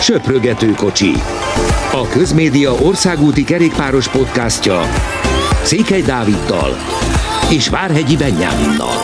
Söprögető kocsi. A Közmédia országúti kerékpáros podcastja Székely Dáviddal és Várhegyi Benyáminnal.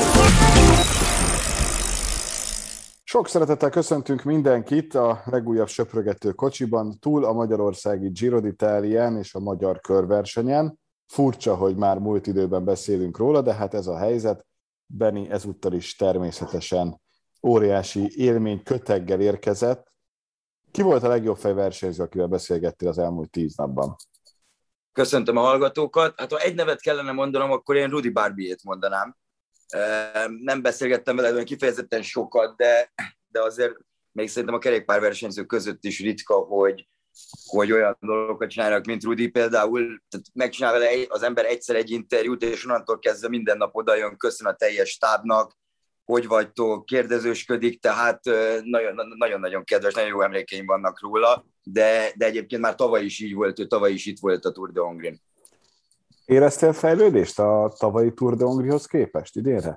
Sok szeretettel köszöntünk mindenkit a legújabb Söprögető kocsiban, túl a magyarországi Giro d'Italián és a magyar körversenyen. Furcsa, hogy már múlt időben beszélünk róla, de hát ez a helyzet. Benni ezúttal is természetesen óriási élmény köteggel érkezett. Ki volt a legjobb fejversenyző, akivel beszélgettél az elmúlt 10 napban? Köszöntöm a hallgatókat. Hát ha egy nevet kellene mondanom, akkor én Rudy Barbiét mondanám. Nem beszélgettem vele olyan kifejezetten sokat, de azért még szerintem a kerékpárversenyzők között is ritka, hogy olyan dolgokat csinálnak, mint Rudy például. Tehát megcsinál vele az ember egyszer egy interjút, és onnantól kezdve minden nap odajön, köszön a teljes stábnak, hogy vagytok, kérdezősködik, tehát nagyon-nagyon kedves, nagyon jó emlékeim vannak róla, de egyébként már tavaly is így volt, ő tavaly is itt volt a Tour de Hongrin. Éreztél fejlődést a tavalyi Tour de Hongrihoz képest idénre?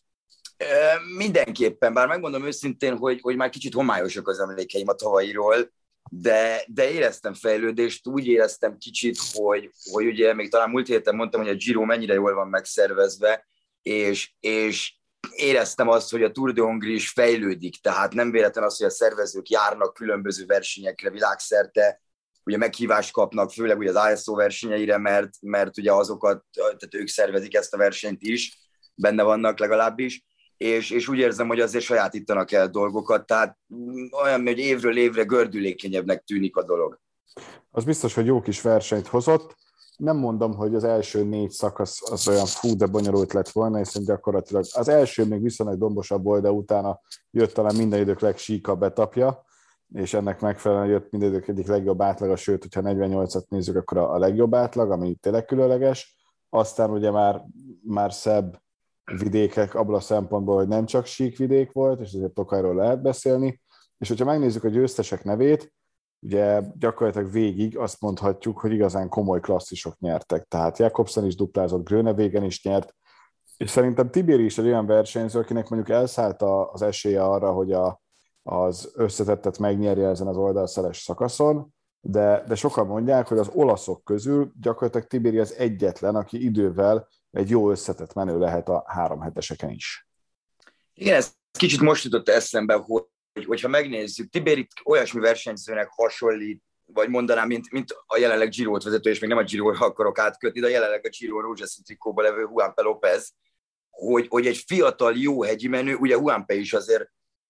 Mindenképpen, bár megmondom őszintén, hogy már kicsit homályosak az emlékeim a tavalyiról, de éreztem fejlődést, úgy éreztem kicsit, hogy ugye még talán múlt héten mondtam, hogy a Giro mennyire jól van megszervezve, és éreztem azt, hogy a Tour de Hongrie is fejlődik, tehát nem véletlen az, hogy a szervezők járnak különböző versenyekre világszerte, ugye meghívást kapnak, főleg ugye az ISO versenyeire, mert ugye azokat, tehát ők szervezik ezt a versenyt is, benne vannak legalábbis, és úgy érzem, hogy azért sajátítanak el dolgokat, tehát olyan, hogy évről évre gördülékenyebbnek tűnik a dolog. Az biztos, hogy jó kis versenyt hozott. Nem mondom, hogy az első 4 szakasz az olyan de bonyolult lett volna, hiszen gyakorlatilag az első még viszonylag dombosabb volt, de utána jött talán minden idők legsíkabb etapja, és ennek megfelelően jött minden idők egyik legjobb átlaga, sőt, hogyha 48-at nézzük, akkor a legjobb átlag, ami tényleg különleges. Aztán ugye már szebb vidékek abból a szempontból, hogy nem csak sík vidék volt, és azért Tokajról lehet beszélni, és hogyha megnézzük a győztesek nevét, ugye gyakorlatilag végig azt mondhatjuk, hogy igazán komoly klasszisok nyertek. Tehát Jakobsen is duplázott, Groenewegen is nyert, és szerintem Tibéri is egy olyan versenyző, akinek mondjuk elszállt az esélye arra, hogy az összetettet megnyerje ezen az oldalszeles szakaszon, de sokan mondják, hogy az olaszok közül gyakorlatilag Tibéri az egyetlen, aki idővel egy jó összetett menő lehet a 3 heteseken is. Igen, ez kicsit most jutott eszembe, hogyha megnézzük, Tibéri olyasmi versenyzőnek hasonlít, vagy mondanám, mint a jelenleg Girót vezető, és még nem a Giróra akarok átkötni, de a jelenleg a Giro rózsaszín trikóba levő Juanpe López, hogy egy fiatal, jó hegyi menő, ugye Juanpe is azért,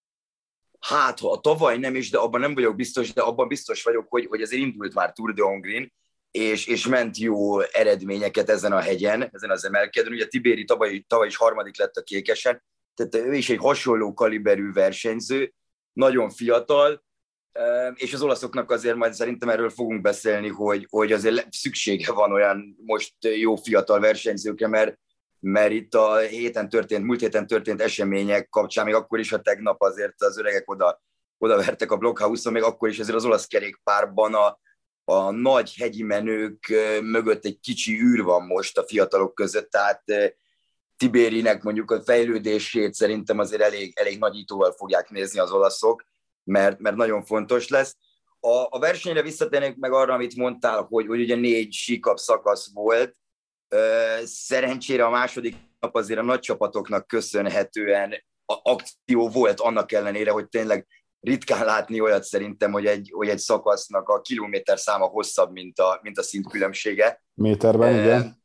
hát ha a tavaly nem is, de abban nem vagyok biztos, de abban biztos vagyok, hogy azért indult már Tour de Hongrin, és ment jó eredményeket ezen a hegyen, ezen az emelkedőn. Ugye Tibéri tavaly is 3. lett a Kékesen, tehát ő is egy hasonló kaliberű versenyző, nagyon fiatal, és az olaszoknak azért majd szerintem erről fogunk beszélni, hogy azért szüksége van olyan most jó fiatal versenyzőkre, mert itt múlt héten történt események kapcsán, még akkor is, ha tegnap azért az öregek oda vertek a Blockhouse-on, még akkor is azért az olasz kerékpárban a nagy hegyi menők mögött egy kicsi űr van most a fiatalok között, tehát Tibérinek mondjuk a fejlődését szerintem azért elég nagyítóval fogják nézni az olaszok, mert nagyon fontos lesz. A versenyre visszatérnék meg arra, amit mondtál, hogy ugye 4 síkabb szakasz volt. Szerencsére a második nap azért a nagy csapatoknak köszönhetően akció volt, annak ellenére, hogy tényleg ritkán látni olyat szerintem, hogy egy szakasznak a kilométer száma hosszabb, mint a szintkülönbsége. Méterben, igen.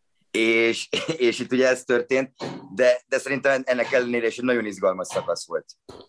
És itt ugye ez történt, de szerintem ennek ellenére is egy nagyon izgalmas szakasz volt.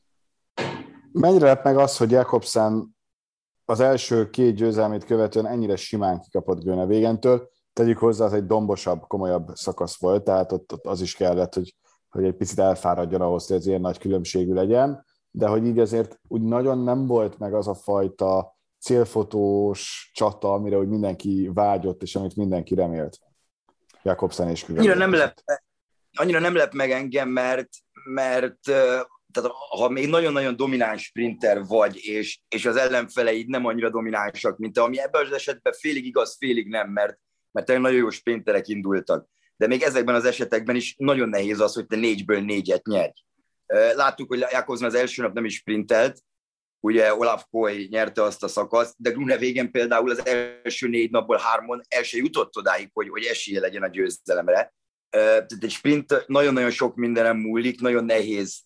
Mennyire lett meg az, hogy Jakobsen az első 2 győzelmét követően ennyire simán kikapott Groenewegentől? Tegyük hozzá, az egy dombosabb, komolyabb szakasz volt, tehát ott az is kellett, hogy egy picit elfáradjon ahhoz, hogy ez ilyen nagy különbségű legyen, de hogy így azért úgy nagyon nem volt meg az a fajta célfotós csata, amire úgy mindenki vágyott, és amit mindenki remélt. Jakobsen és Groenewegen. Annyira nem lep meg engem, mert tehát ha még nagyon-nagyon domináns sprinter vagy, és az ellenfeleid nem annyira dominánsak, mint te, ami ebben az esetben félig igaz, félig nem, mert nagyon jó sprinterek indultak. De még ezekben az esetekben is nagyon nehéz az, hogy te 4-ből 4-et nyerj. Láttuk, hogy Jakobsen az első nap nem is sprintelt, ugye Olaf Koy nyerte azt a szakaszt, de Groenewegen például az első 4 napból 3-on el se jutott odáig, hogy esélye legyen a győzelemre. Tehát egy sprint nagyon-nagyon sok mindenem múlik, nagyon nehéz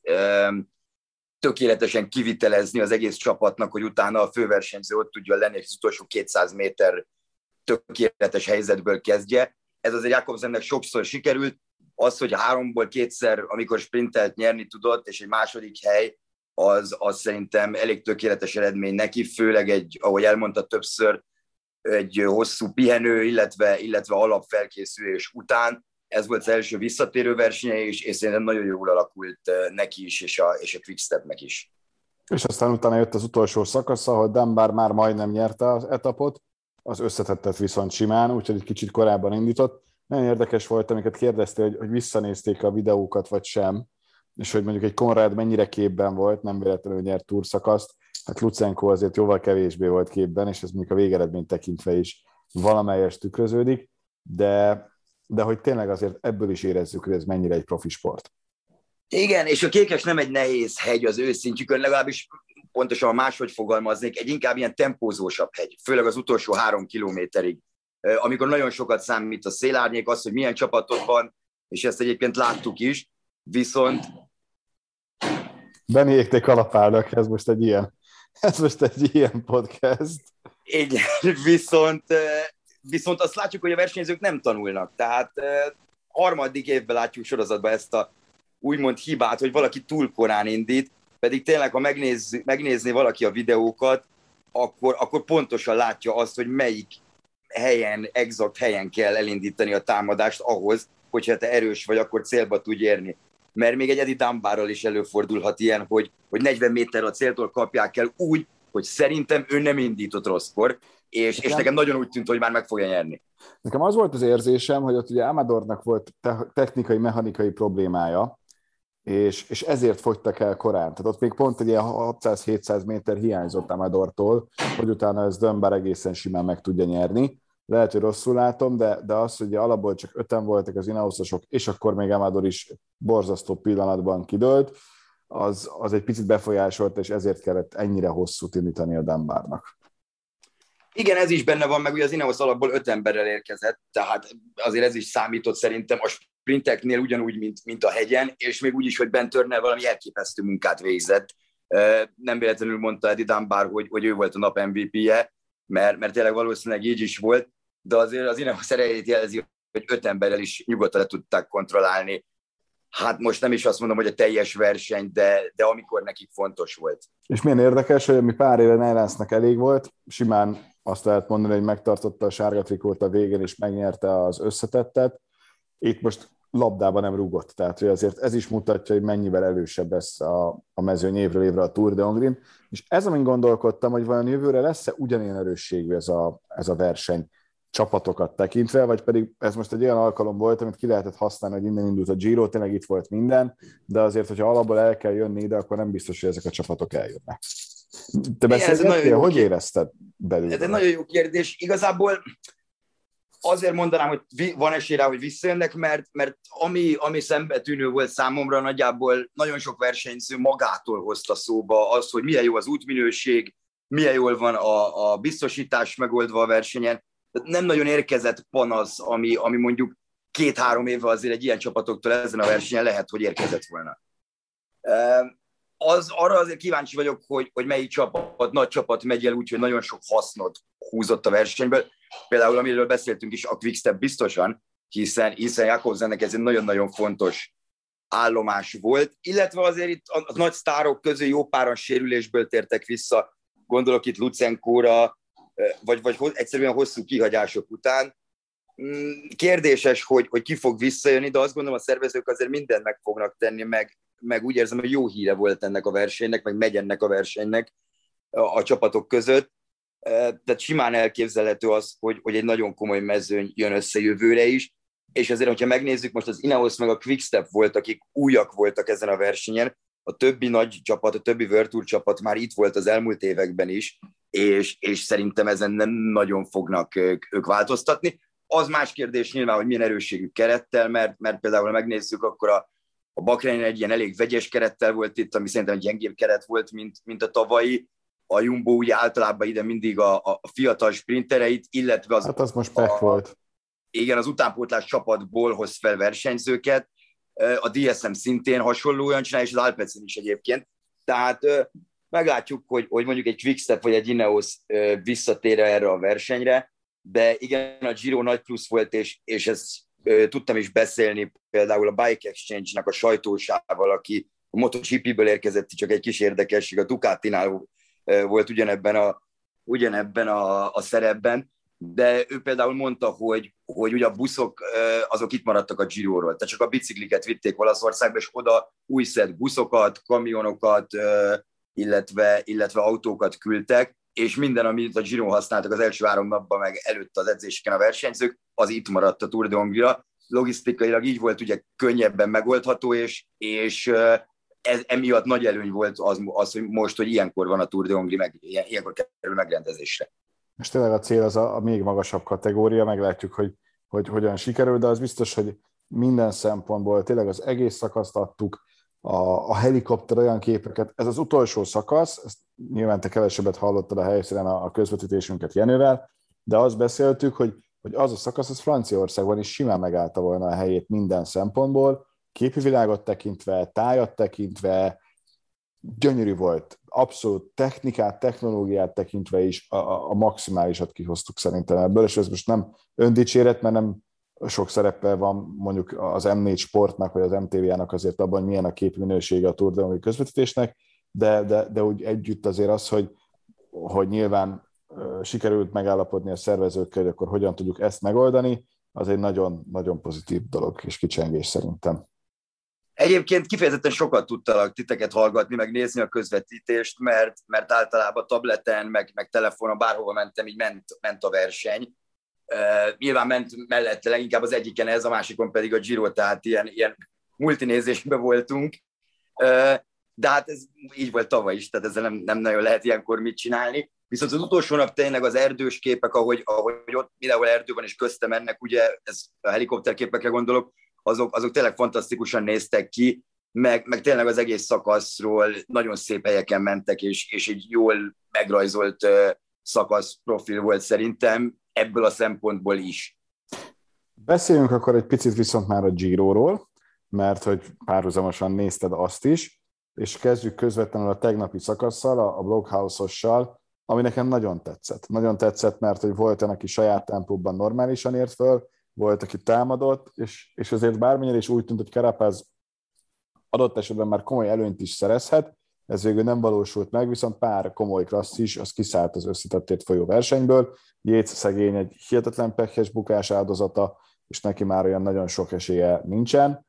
tökéletesen kivitelezni az egész csapatnak, hogy utána a főversenyző ott tudjon lenni, és az utolsó 200 méter tökéletes helyzetből kezdje. Ez azért Jakobsennek sokszor sikerült. Az, hogy 3-ból 2-szer, amikor sprintelt nyerni tudott, és egy második hely, az szerintem elég tökéletes eredmény neki, főleg ahogy elmondta többször, egy hosszú pihenő, illetve alapfelkészülés után. Ez volt az első visszatérő versenye, és szerintem nagyon jól alakult neki is, és a Quickstepnek is. És aztán utána jött az utolsó szakasz, ahol Dunbar már majdnem nyerte az etapot, az összetettet viszont simán, úgyhogy egy kicsit korábban indított. Nagyon érdekes volt, amiket kérdeztél, hogy visszanézték a videókat, vagy sem, és hogy mondjuk egy Konrad mennyire képben volt, nem véletlenül nyert túrszakaszt, hát Lutsenko azért jóval kevésbé volt képben, és ez mondjuk a végeredményt tekintve is valamelyest tükröződik, de hogy tényleg azért ebből is érezzük, hogy ez mennyire egy profi sport. Igen, és a Kékes nem egy nehéz hegy az ő szintjükön, legalábbis pontosan máshogy fogalmaznék, egy inkább ilyen tempózósabb hegy, főleg az utolsó 3 kilométerig, amikor nagyon sokat számít a szélárnyék, az, hogy milyen csapatod van, és ezt egyébként láttuk is, viszont... Beniékték kalapálnak, ez most egy ilyen podcast. Igen, viszont azt látjuk, hogy a versenyzők nem tanulnak, tehát harmadik évben látjuk sorozatban ezt a úgymond hibát, hogy valaki túl korán indít, pedig tényleg, ha megnézni valaki a videókat, akkor pontosan látja azt, hogy melyik exakt helyen kell elindítani a támadást ahhoz, hogyha te erős vagy, akkor célba tudj érni. Mert még egy Eddie Dunbarral is előfordulhat ilyen, hogy 40 méter a céltól kapják el úgy, hogy szerintem ő nem indított rosszkor, és nekem nagyon úgy tűnt, hogy már meg fogja nyerni. Nekem az volt az érzésem, hogy ott ugye Amadornak volt technikai, mechanikai problémája, és ezért fogytak el korán. Tehát ott még pont egy ilyen 600-700 méter hiányzott Amadortól, hogy utána ez Dunbar egészen simán meg tudja nyerni. Lehet, hogy rosszul látom, de az, hogy alapból csak 5-en voltak az Ineososok, és akkor még Amador is borzasztó pillanatban kidőlt, az egy picit befolyásolt, és ezért kellett ennyire hosszút indítani a Dunbarnak. Igen, ez is benne van, meg ugye az Ineos alapból 5 emberrel érkezett, tehát azért ez is számított szerintem a sprinteknél ugyanúgy, mint a hegyen, és még úgy is, hogy Ben Turner valami elképesztő munkát végzett. Nem véletlenül mondta Eddie Dunbar, hogy ő volt a nap MVP-je, mert tényleg valószínűleg így is volt, de azért az Ineos erejét jelzi, hogy 5 emberrel is nyugodtan le tudták kontrollálni. Hát most nem is azt mondom, hogy a teljes verseny, de amikor nekik fontos volt. És milyen érdekes, hogy ami pár éve Neylandsnak elég volt, simán azt lehet mondani, hogy megtartotta a sárga trikót a végén, és megnyerte az összetettet. Itt most labdában nem rúgott, tehát hogy azért ez is mutatja, hogy mennyivel erősebb lesz a mezőny évről évre a Tour de Hongrin. És ez, amin gondolkodtam, hogy vajon jövőre lesz-e ugyanilyen erősségű ez a verseny csapatokat tekintve, vagy pedig ez most egy olyan alkalom volt, amit ki lehetett használni, hogy innen indult a Giro, tényleg itt volt minden, de azért, hogyha alapból el kell jönni ide, akkor nem biztos, hogy ezek a csapatok eljönnek. Te beszélgettél, hogy érezted belül? Ez egy nagyon jó kérdés. Igazából azért mondanám, hogy van esély rá, hogy visszajönnek, mert ami szembetűnő volt számomra, nagyjából nagyon sok versenyző magától hozta szóba az, hogy milyen jó az útminőség, milyen jól van a biztosítás megoldva a versenyen. Nem nagyon érkezett panasz, ami mondjuk 2-3 évvel azért egy ilyen csapatoktól ezen a versenyen lehet, hogy érkezett volna. Arra azért kíváncsi vagyok, hogy melyik nagy csapat megy el úgy, hogy nagyon sok hasznot húzott a versenyből. Például, amiről beszéltünk is, a Quickstep biztosan, hiszen Jakobsennek ez egy nagyon-nagyon fontos állomás volt, illetve azért itt a nagy sztárok közül jó páran sérülésből tértek vissza, gondolok itt Lutsenkóra, vagy egyszerűen hosszú kihagyások után. Kérdéses, hogy ki fog visszajönni, de azt gondolom, a szervezők azért mindent meg fognak tenni, meg úgy érzem, hogy jó híre volt ennek a versenynek, meg megy ennek a versenynek a csapatok között. Tehát simán elképzelhető az, hogy egy nagyon komoly mezőny jön össze jövőre is, és azért, hogyha megnézzük, most az Ineos meg a Quickstep volt, akik újak voltak ezen a versenyen, a többi nagy csapat, a többi World Tour csapat már itt volt az elmúlt években is, és szerintem ezen nem nagyon fognak ők változtatni. Az más kérdés nyilván, hogy milyen erősségű kerettel, mert például, ha megnézzük, akkor a Bahrein egy ilyen elég vegyes kerettel volt itt, ami szerintem egy gyengébb keret volt, mint a tavalyi, a Jumbo ugye általában ide mindig a fiatal sprintereit, illetve az most pech volt. Igen, az utánpótlás csapatból hoz fel versenyzőket, a DSM szintén hasonlóan csinál, és az Alpecin is egyébként. Tehát meglátjuk, hogy mondjuk egy Quickstep vagy egy Ineos visszatér erre a versenyre, de igen, a Giro nagy plusz volt, és ezt tudtam is beszélni például a Bike Exchange-nak a sajtósával, aki a MotoGP-ből érkezett, csak egy kis érdekesség, a Ducatinál volt ugyanebben a szerepben, de ő például mondta, hogy ugye a buszok azok itt maradtak a Giróról, tehát csak a bicikliket vitték Olaszországba, és oda új szett buszokat, kamionokat, illetve autókat küldtek, és minden, amit a Giron használtak az első 3 napban, meg előtt az edzéseken a versenyzők, az itt maradt a Tour de Hongria. Logisztikailag így volt ugye könnyebben megoldható, és ez emiatt nagy előny volt az, hogy most, hogy ilyenkor van a Tour de Hongrie, ilyenkor kerül megrendezésre. És tényleg a cél az a még magasabb kategória, meglátjuk, hogy hogyan sikerül, de az biztos, hogy minden szempontból tényleg az egész szakaszt adtuk, a helikopter olyan képeket, ez az utolsó szakasz, ezt nyilván te kevesebbet hallottad a helyszínen a közvetítésünket Jenővel, de azt beszéltük, hogy az a szakasz, az Franciaországban is simán megállta volna a helyét minden szempontból, képi világot tekintve, tájat tekintve, gyönyörű volt. Abszolút technikát, technológiát tekintve is a maximálisat kihoztuk szerintem ebből, és ez most nem öndicséret, mert nem sok szerepe van mondjuk az M4 Sportnak, vagy az MTV-nak azért abban, hogy milyen a képi minősége a Tour de Hongrie közvetítésnek, de úgy együtt azért az, hogy nyilván sikerült megállapodni a szervezőkkel, hogy akkor hogyan tudjuk ezt megoldani, az egy nagyon, nagyon pozitív dolog és kicsengés szerintem. Egyébként kifejezetten sokat tudtalak titeket hallgatni, meg nézni a közvetítést, mert általában tableten, meg telefonon, bárhova mentem, így ment a verseny. Nyilván ment mellette leginkább az egyiken ez, a másikon pedig a Giro, tehát ilyen multinézésben voltunk. De hát ez így volt tavaly is, tehát ezzel nem nagyon lehet ilyenkor mit csinálni. Viszont az utolsó nap tényleg az erdős képek, ahogy ott mindenhol erdő van és közte mennek, ugye, ez a helikopterképekre gondolok, azok tényleg fantasztikusan néztek ki, meg tényleg az egész szakaszról nagyon szép helyeken mentek, és egy jól megrajzolt szakasz profil volt szerintem, ebből a szempontból is. Beszéljünk akkor egy picit viszont már a Giróról, mert hogy párhuzamosan nézted azt is, és kezdjük közvetlenül a tegnapi szakasszal, a Blockhouse-ossal, ami nekem nagyon tetszett. Nagyon tetszett, mert hogy volt olyan, aki saját tempóban normálisan ért föl, volt, aki támadott, és azért bármennyire is úgy tűnt, hogy Carapaz adott esetben már komoly előnyt is szerezhet, ez végül nem valósult meg, viszont pár komoly klasszis, az kiszállt az összetettét folyó versenyből. Yates szegény egy hihetetlen pekhes bukás áldozata, és neki már olyan nagyon sok esélye nincsen.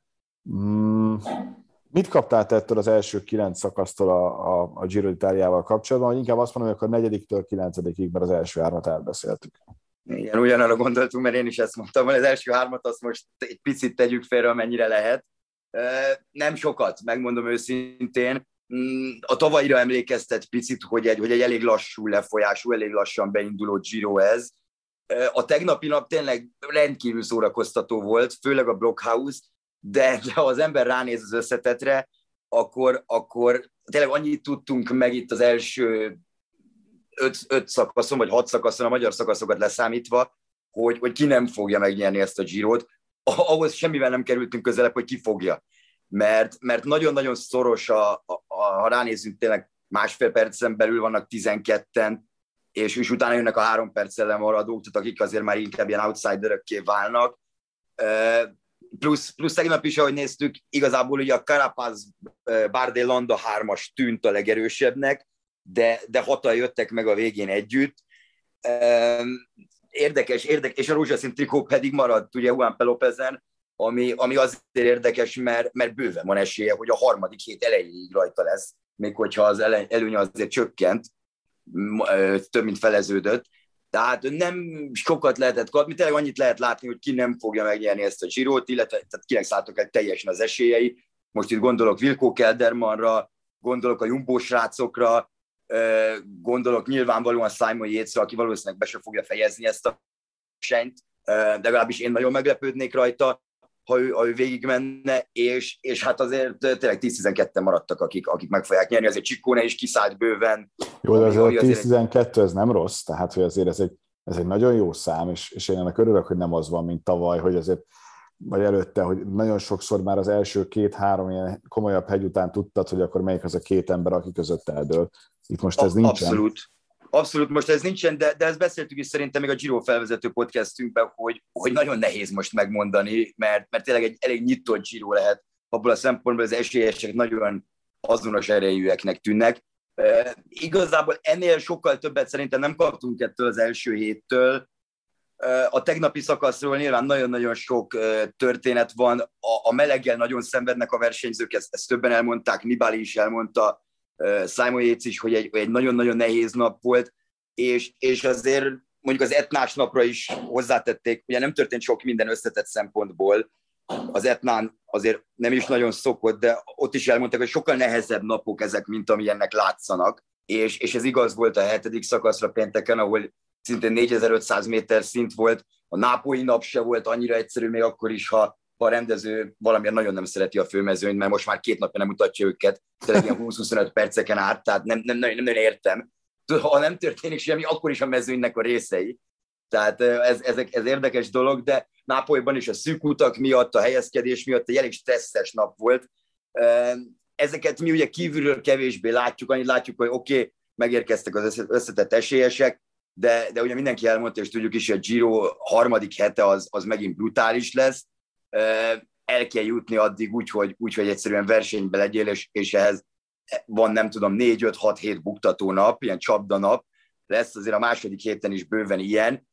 Mit kaptál te ettől az első 9 szakasztól a Giro d'Italiával kapcsolatban, vagy inkább azt mondom, hogy akkor 4-től 9-ig, mert az első 3-at elbeszéltük. Igen, ugyanarra gondoltunk, mert én is ezt mondtam, hogy az első 3-at azt most egy picit tegyük félre, amennyire lehet. Nem sokat, megmondom őszintén. A tavalyra emlékeztet picit, hogy egy elég lassú lefolyású, elég lassan beinduló Giro ez. A tegnapi nap tényleg rendkívül szórakoztató volt, főleg a Blockhouse, de ha az ember ránéz az összetetre, akkor tényleg annyit tudtunk meg itt az első 5 szakaszon, vagy 6 szakaszon, a magyar szakaszokat leszámítva, hogy ki nem fogja megnyerni ezt a Girot. Ahhoz semmivel nem kerültünk közelebb, hogy ki fogja. Mert nagyon-nagyon szoros, ha ránézzünk, tényleg másfél percen belül vannak 12-en, és utána jönnek a 3 perccel lemaradók, tehát akik azért már inkább ilyen outsiderökké válnak. Plusz tegnap is, ahogy néztük, igazából ugye a Carapaz Bardet Landa 3-as tűnt a legerősebbnek, de 6-an jöttek meg a végén együtt. Érdekes, és a rózsaszín trikó pedig maradt ugye Juan Lópezen, ami azért érdekes, mert bőven van esélye, hogy a harmadik hét elejéig rajta lesz, még hogyha az előnye azért csökkent, több mint feleződött. Tehát nem sokat lehetett kapni, tényleg annyit lehet látni, hogy ki nem fogja megnyerni ezt a Girot, illetve tehát kinek szálltok el teljesen az esélyei. Most itt gondolok Wilco Keldermanra, gondolok a Jumbo srácokra, gondolok nyilvánvalóan Simon Yatesre, aki valószínűleg be sem fogja fejezni ezt a versenyt, de legalábbis én nagyon meglepődnék rajta. ha ő végig menne, és hát azért tényleg 10-12 maradtak, akik meg fogják nyerni, azért Ciccone is kiszállt bőven. Jó, de azért a 10-12 ez nem rossz, tehát hogy azért ez egy nagyon jó szám, és én ennek örülök, hogy nem az van, mint tavaly, hogy azért vagy előtte, hogy nagyon sokszor már az első 2-3 ilyen komolyabb hegy után tudtad, hogy akkor melyik az a két ember, aki között eldől. Itt most ez nincsen. Abszolút, most ez nincsen, de ezt beszéltük is szerintem még a Giro felvezető podcastünkben, hogy nagyon nehéz most megmondani, mert tényleg egy elég nyitott Giro lehet, abból a szempontból az esélyesek nagyon azonos erejűeknek tűnnek. Igazából ennél sokkal többet szerintem nem kaptunk ettől az első héttől. A tegnapi szakaszról nyilván nagyon-nagyon sok történet van. A meleggel nagyon szenvednek a versenyzők, ezt többen elmondták, Nibali is elmondta, Simon Yates is, hogy egy nagyon-nagyon nehéz nap volt, és azért mondjuk az etnás napra is hozzátették, ugye nem történt sok minden összetett szempontból, az etnán azért nem is nagyon szokott, de ott is elmondták, hogy sokkal nehezebb napok ezek, mint amilyennek látszanak, és ez igaz volt a 7. szakaszra pénteken, ahol szintén 4500 méter szint volt, a nápolyi nap se volt annyira egyszerű, még akkor is, ha a rendező valamiért nagyon nem szereti a főmezőnyt, mert most már 2 napja nem mutatja őket, tényleg ilyen 20-25 perceken át, tehát nem nagyon értem. Ha nem történik semmi, akkor is a mezőnynek a részei. Tehát ez érdekes dolog, de Nápolyban is a szűk utak miatt, a helyezkedés miatt egy elég stresszes nap volt. Ezeket mi ugye kívülről kevésbé látjuk, annyit látjuk, hogy oké, megérkeztek az összetett esélyesek, de ugye mindenki elmondta, és tudjuk is, hogy a Giro harmadik hete az megint brutális lesz. El kell jutni addig úgy, hogy egyszerűen versenybe legyél, és ehhez van nem tudom 4-5-6-7 buktató nap, ilyen csapdanap, lesz azért a második héten is bőven ilyen.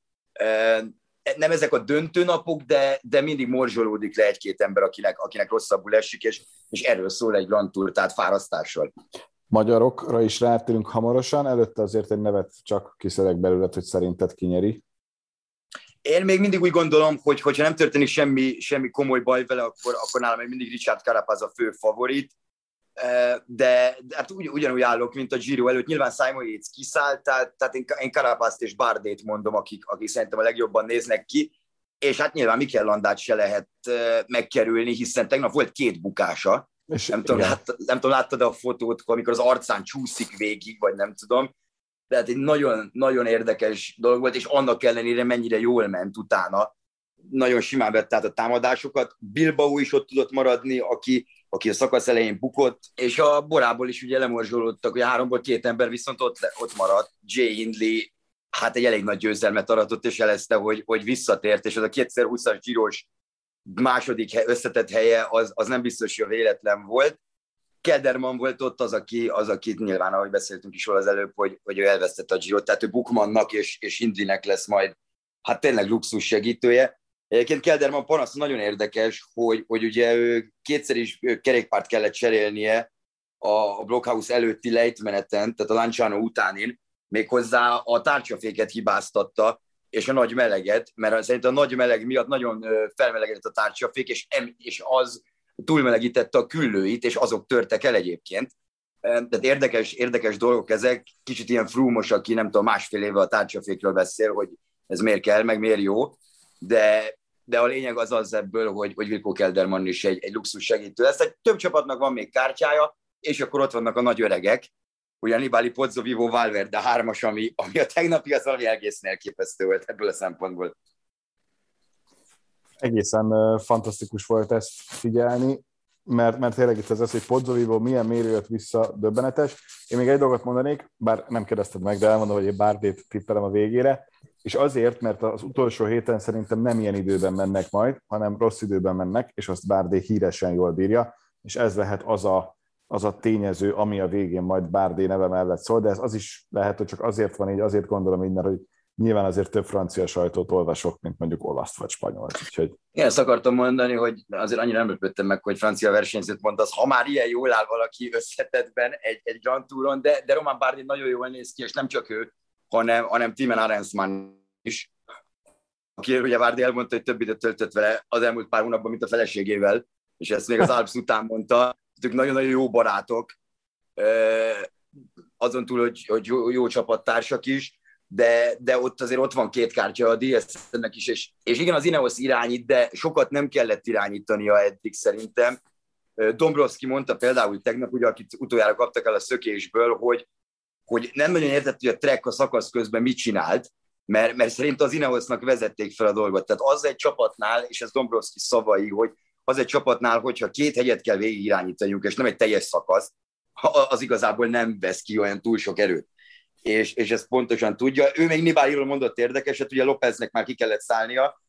Nem ezek a döntő napok, de mindig morzsolódik le egy-két ember, akinek rosszabbul esik, és erről szól egy Grand Tour, tehát fárasztással. Magyarokra is rátérünk hamarosan, előtte azért egy nevet csak kiszedek belőled, hogy szerinted ki nyeri. Én még mindig úgy gondolom, hogy ha nem történik semmi komoly baj vele, akkor nálam még mindig Richard Carapaz a fő favorit, de hát ugyanúgy állok, mint a Giro előtt. Nyilván Simon Yates kiszállt, tehát én Carapazt és Bardét mondom, akik szerintem a legjobban néznek ki, és hát nyilván Mikel Landát se lehet megkerülni, hiszen tegnap volt 2 bukása. Nem tudom, láttad a fotót, amikor az arcán csúszik végig, vagy nem tudom. Tehát egy nagyon, nagyon érdekes dolog volt, és annak ellenére mennyire jól ment utána. Nagyon simán vett át a támadásokat. Bilbao is ott tudott maradni, aki a szakasz elején bukott, és a Borából is ugye lemorzsolódtak, hogy 3-ból 2 ember viszont ott maradt. Jay Hindley hát egy elég nagy győzelmet aratott, és jelezte, hogy visszatért, és az a 2020-as Giros második összetett helye, az nem biztos, hogy a véletlen volt. Kelderman volt ott az, akit nyilván, ahogy beszéltünk is róla az előbb, hogy ő elvesztette a Girot, tehát ő Buchmannnak és Hindleynek lesz majd hát tényleg luxus segítője. Egyébként Kelderman panasz nagyon érdekes, hogy ugye ő 2-szer is kerékpárt kellett cserélnie a Blockhouse előtti lejtmeneten, tehát a Lanciano utánin, méghozzá a tárcsaféket hibáztatta, és a nagy meleget, mert szerintem a nagy meleg miatt nagyon felmelegedett a tárcsafék, és az túlmelegítette a küllőit, és azok törtek el egyébként. Tehát érdekes dolgok ezek, kicsit ilyen Froome-os, aki nem tudom, 1,5 éve a tárcsafékről beszél, hogy ez miért kell, meg miért jó, de a lényeg az ebből, hogy Wilco Kelderman is egy luxus segítő lesz. Egy több csapatnak van még kártyája, és akkor ott vannak a nagy öregek, ugye Nibali, Pozzo Vivo, Valverde 3-as, ami a tegnapi az valami egészen elképesztő volt ebből a szempontból. Egészen fantasztikus volt ezt figyelni, mert tényleg itt az, hogy Pozzo Vivo milyen mérő jött vissza, döbbenetes. Én még egy dolgot mondanék, bár nem kérdezted meg, de elmondom, hogy én Bardét tippelem a végére, és azért, mert az utolsó héten szerintem nem ilyen időben mennek majd, hanem rossz időben mennek, és azt Bardé híresen jól bírja, és ez lehet az a tényező, ami a végén majd Bardé neve mellett szól, de ez az is lehet, hogy csak azért van így, azért gondolom így, mert hogy nyilván azért több francia sajtót olvasok, mint mondjuk olaszt vagy spanyol. Úgyhogy... Én ezt akartam mondani, hogy azért annyira nem lepődtem meg, hogy francia versenyzőt mondasz, ha már ilyen jól áll valaki összetettben egy Grand Touron, de Romain Bardet nagyon jól néz ki, és nem csak ő, hanem Timen Arensman is, aki ugye Bardet elmondta, hogy több időt töltött vele az elmúlt pár hónapban, mint a feleségével, és ezt még az Alps után mondta, ők nagyon-nagyon jó barátok, azon túl, hogy jó csapattársak is. de ott van 2 kártya a DSM-nek is, és igen, az Ineos irányít, de sokat nem kellett irányítania eddig szerintem. Dombrovskis mondta például tegnap, ugye, akit utoljára kaptak el a szökésből, hogy nem nagyon értett, hogy a Trek a szakasz közben mit csinált, mert szerint az Ineosnak vezették fel a dolgot. Tehát az egy csapatnál, és ez Dombrovskis szavai, hogy az egy csapatnál, hogyha 2 hegyet kell végig irányítaniuk, és nem egy teljes szakasz, az igazából nem vesz ki olyan túl sok erőt. És ezt pontosan tudja. Ő még Nibaliról mondott érdekeset, ugye Lópeznek már ki kellett szállnia.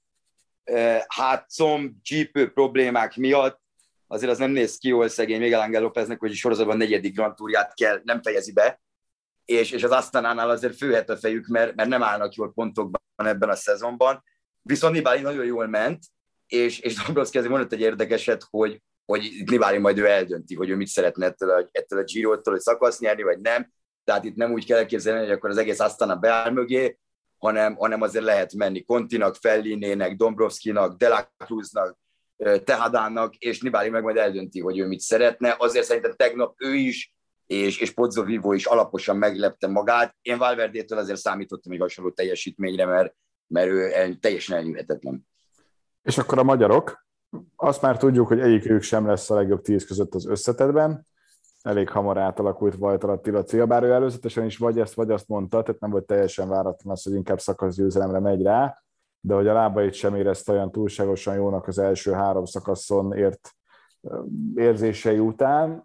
Csípő problémák miatt azért az nem néz ki jól szegény Miguel Ángel Lópeznek, hogy sorozatban 4. Grand Tourját nem fejezi be, és az Astánánál azért főhet a fejük, mert nem állnak jól pontokban ebben a szezonban. Viszont Nibali nagyon jól ment, és Dombrovskis azért mondott egy érdekeset, hogy Nibali majd ő eldönti, hogy ő mit szeretne ettől a Giro-tól, hogy szakasz nyerni, vagy nem. Tehát itt nem úgy kell elképzelni, hogy akkor az egész Astana beáll mögé, hanem azért lehet menni Continak, Fellinének, Dombrovskinak, De La Cruznak, Tehadánnak, és Nibali meg majd eldönti, hogy ő mit szeretne. Azért szerintem tegnap ő is, és Pozzo Vivo is alaposan meglepte magát. Én Valverdétől azért számítottam egy hasonló teljesítményre, mert ő teljesen elnyűhetetlen. És akkor a magyarok, azt már tudjuk, hogy egyikük sem lesz a legjobb 10 között az összetettben. Elég hamar átalakult Vajtar Attila cél, bár ő előzetesen is vagy ezt, vagy azt mondta, tehát nem volt teljesen váratlan az, hogy inkább szakaszgyőzelemre megy rá, de hogy a lábait sem érezte olyan túlságosan jónak az első 3 szakaszon ért érzései után,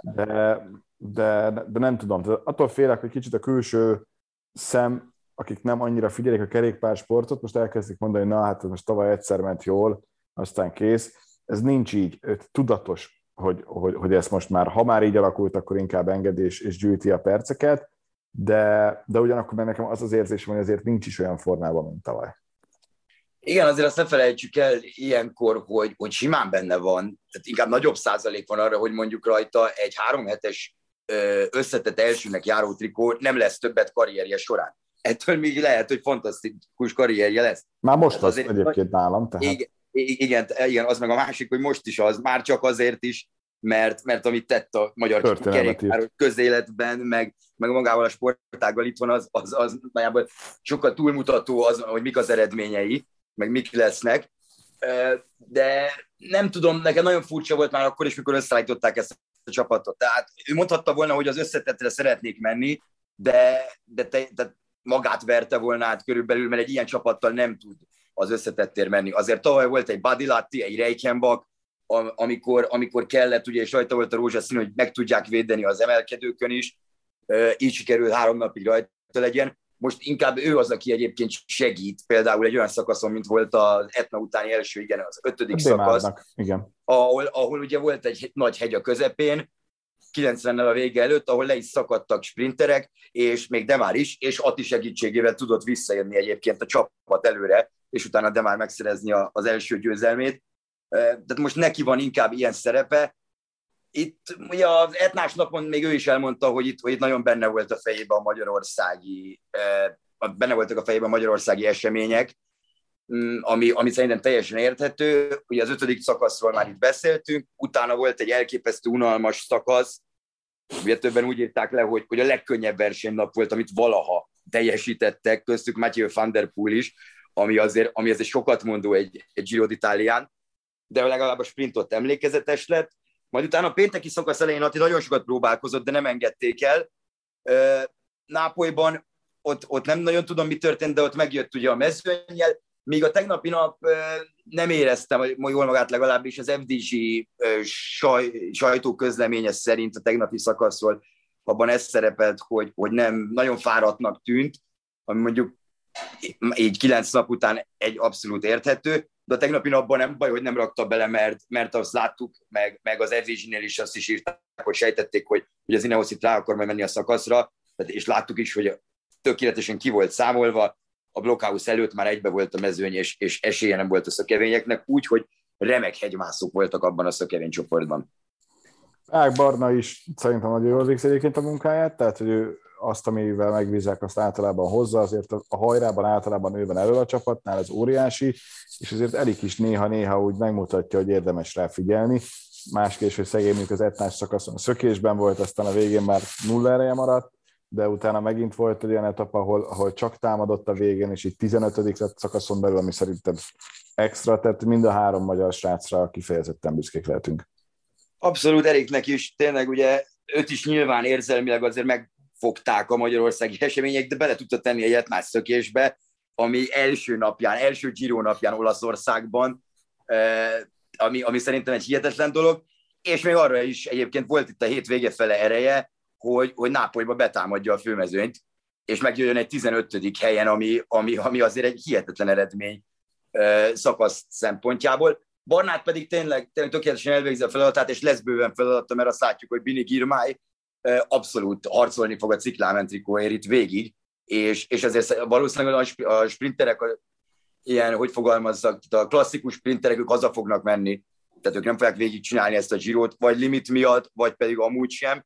de nem tudom. Attól félek, hogy kicsit a külső szem, akik nem annyira figyelik a kerékpársportot, most elkezdik mondani, na hát most tavaly egyszer ment jól, aztán kész. Ez nincs így, tudatos, hogy ezt most már, ha már így alakult, akkor inkább engedi és gyűjti a perceket, de ugyanakkor meg nekem az érzésem, hogy azért nincs is olyan formában, mint tavaly. Igen, azért azt ne felejtsük el ilyenkor, hogy simán benne van, tehát inkább nagyobb százalék van arra, hogy mondjuk rajta egy 3 hetes összetett elsőnek járó trikó nem lesz többet karrierje során. Ettől még lehet, hogy fantasztikus karrierje lesz. Már most az egyébként nálam. Tehát. Igen, az meg a másik, hogy most is az, már csak azért is, mert amit tett a magyar kerékpáros közéletben, meg magával a sportággal itt van, az nagyjából sokkal túlmutató az, hogy mik az eredményei, meg mik lesznek. De nem tudom, nekem nagyon furcsa volt már akkor is, mikor összeállították ezt a csapatot. Tehát ő mondhatta volna, hogy az összetettre szeretnék menni, de magát verte volna át körülbelül, mert egy ilyen csapattal nem tud az összetettér menni. Azért tavaly volt egy Badilatti, egy Reichenbach, amikor kellett, ugye, és rajta volt a rózsaszín, hogy meg tudják védeni az emelkedőkön is, így sikerült 3 napig rajta legyen. Most inkább ő az, aki egyébként segít, például egy olyan szakaszon, mint volt az Etna utáni első, igen, az 5. szakasz, igen. ahol ugye volt egy nagy hegy a közepén, 90-nel a vége előtt, ahol le is szakadtak sprinterek, és még Demár is, és Atti segítségével tudott visszajönni egyébként a csapat előre, és utána Demár megszerezni az első győzelmét. Tehát most neki van inkább ilyen szerepe. Itt ugye az Etnás napon még ő is elmondta, hogy itt nagyon benne volt a fejében benne voltak a fejében a magyarországi események, ami szerintem teljesen érthető. Ugye az 5. szakaszról már itt beszéltünk, utána volt egy elképesztő unalmas szakasz, ugye többen úgy írták le, hogy a legkönnyebb versenynap volt, amit valaha teljesítettek, köztük Mathieu van der Poel is, ami azért sokat mondó egy Giro d'Italián, de legalább a sprint ott emlékezetes lett. Majd utána a pénteki szakasz elején Atti nagyon sokat próbálkozott, de nem engedték el. Nápolyban ott nem nagyon tudom, mi történt, de ott megjött ugye a mezőnnyel, míg a tegnapi nap nem éreztem jól magát, legalábbis az FDG sajtóközleménye szerint a tegnapi szakaszról abban ez szerepelt, hogy nem nagyon fáradtnak tűnt, ami mondjuk így 9 nap után egy abszolút érthető, de a tegnapi napban nem baj, hogy nem rakta bele, mert azt láttuk, meg az FDG-nél is azt is írták, hogy sejtették, hogy az Ineos itt rá akar majd menni a szakaszra, és láttuk is, hogy tökéletesen ki volt számolva, a blockhouse előtt már egybe volt a mezőny, és esélye nem volt a szökevényeknek, úgyhogy remek hegymászók voltak abban a szökevény csoportban. Ág Barna is szerintem nagyon jól végzi egyébként a munkáját, tehát hogy ő azt, amivel megbízzák, azt általában hozza, azért a hajrában általában ő van elő a csapatnál, ez óriási, és azért Erik is néha-néha úgy megmutatja, hogy érdemes rá figyelni. Másképp, hogy szegény, mint az Etnás szakaszon a szökésben volt, aztán a végén már 0 ereje maradt, de utána megint volt egy olyan etap, ahol csak támadott a végén, és így 15. lett szakaszon belül, ami szerintem extra, tehát mind a 3 magyar srácra kifejezetten büszkék lehetünk. Abszolút, Eriknek is, tényleg ugye őt is nyilván érzelmileg azért megfogták a magyarországi események, de bele tudta tenni egyet más szökésbe, ami első Giro napján Olaszországban, ami szerintem egy hihetetlen dolog, és még arra is egyébként volt itt a hét vége fele ereje, hogy Nápolyba betámadja a főmezőnyt, és megjöjjön egy 15. helyen, ami azért egy hihetetlen eredmény szakasz szempontjából. Barnát pedig tényleg tökéletesen elvégzi a feladatát, és lesz bőven feladata, mert azt látjuk, hogy Bini Girmay abszolút harcolni fog a Cyclamen trikóért itt végig, és ezért valószínűleg a sprinterek, ilyen, hogy fogalmazzak, a klasszikus sprinterek, ők haza fognak menni, tehát ők nem fogják végigcsinálni ezt a Girot, vagy limit miatt, vagy pedig amúgy sem.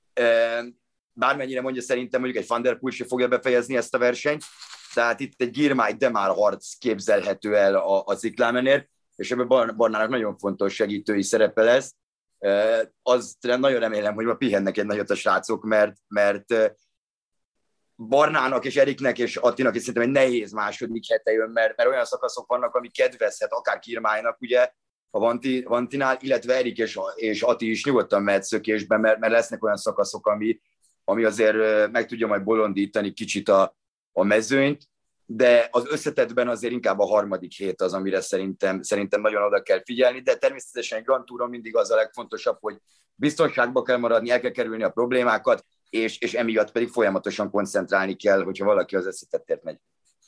Bármennyire mondja, szerintem mondjuk egy Van der Poel se fogja befejezni ezt a versenyt, tehát itt egy Girmay de már harc képzelhető el a Cyclamenért, és ebben Barnának nagyon fontos segítői szerepe lesz. Azt nagyon remélem, hogy ma pihennek egy nagyot a srácok, mert Barnának és Eriknek és Attinak is szerintem egy nehéz második hete jön, mert olyan szakaszok vannak, ami kedvezhet akár Girmaynak, ugye, a Vantinál, illetve Erik és Ati is nyugodtan mehet szökésben, mert lesznek olyan szakaszok, ami azért meg tudja majd bolondítani kicsit a mezőnyt, de az összetettben azért inkább a harmadik hét az, amire szerintem nagyon oda kell figyelni, de természetesen egy Grand Touron mindig az a legfontosabb, hogy biztonságban kell maradni, el kell kerülni a problémákat, és emiatt pedig folyamatosan koncentrálni kell, hogyha valaki az összetettért megy.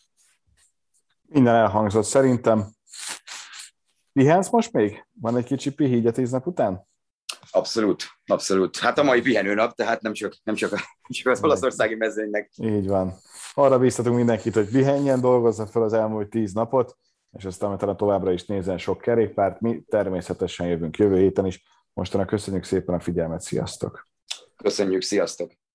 Minden elhangzott szerintem. Pihensz most még? Van egy kicsi pihi így a 10 nap után? Abszolút. Hát a mai pihenőnap, tehát nem csak az olaszországi mezőnynek. Így van. Arra bíztatunk mindenkit, hogy pihenjen, dolgozza fel az elmúlt 10 napot, és aztán utána továbbra is nézzen sok kerékpárt. Mi természetesen jövünk jövő héten is. Mostanra köszönjük szépen a figyelmet, sziasztok! Köszönjük, sziasztok!